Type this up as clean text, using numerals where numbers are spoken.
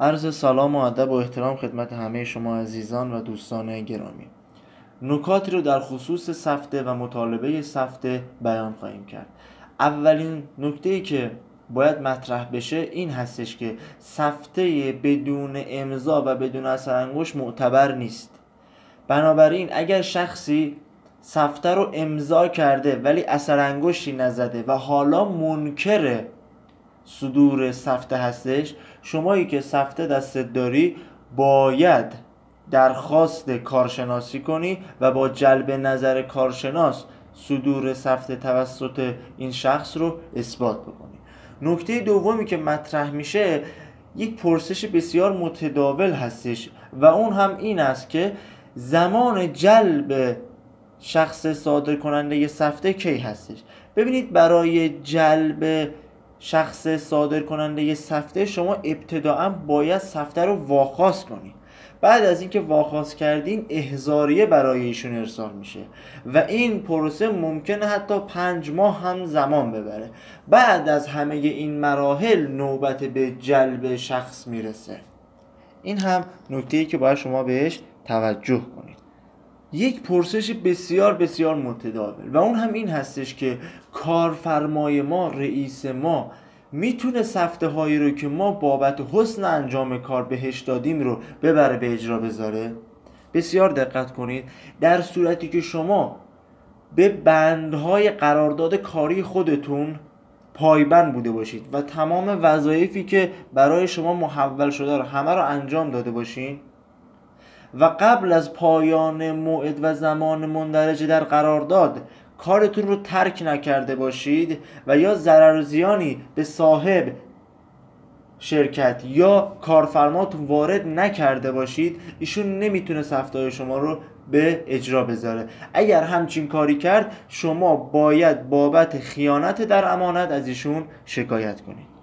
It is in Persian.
عرض سلام و ادب و احترام خدمت همه شما عزیزان و دوستان گرامی. نکاتی رو در خصوص سفته و مطالبه سفته بیان خواهیم کرد. اولین نکته‌ای که باید مطرح بشه این هستش که سفته بدون امضا و بدون اثر انگشت معتبر نیست. بنابراین اگر شخصی سفته رو امضا کرده ولی اثر انگشتی نزده و حالا منکر صدور سفته هستش، شمایی که سفته دستت داری باید درخواست کارشناسی کنی و با جلب نظر کارشناس صدور سفته توسط این شخص رو اثبات بکنی. نکته دومی که مطرح میشه یک پرسش بسیار متداول هستش و اون هم این است که زمان جلب شخص صادر کننده سفته کی هستش. ببینید، برای جلب شخص صادر کننده سفته شما ابتداعا باید سفته رو واخواست کنید. بعد از اینکه واخواست کردین احضاریه برای ایشون ارسال میشه و این پروسه ممکنه حتی 5 ماه هم زمان ببره. بعد از همه این مراحل نوبت به جلب شخص میرسه. این هم نکته‌ای که باید شما بهش توجه کنید. یک پرسش بسیار بسیار متداول و اون هم این هستش که کارفرمای ما، رئیس ما میتونه سفته هایی رو که ما بابت حسن انجام کار بهش دادیم رو ببره به اجرا بذاره؟ بسیار دقت کنید. در صورتی که شما به بندهای قرارداد کاری خودتون پایبند بوده باشید و تمام وظایفی که برای شما محول شده رو همه رو انجام داده باشین و قبل از پایان موعد و زمان مندرج در قرارداد کارتون رو ترک نکرده باشید و یا ضرر و زیانی به صاحب شرکت یا کارفرماتون وارد نکرده باشید، ایشون نمیتونه سفته‌های شما رو به اجرا بذاره. اگر همچین کاری کرد شما باید بابت خیانت در امانت از ایشون شکایت کنید.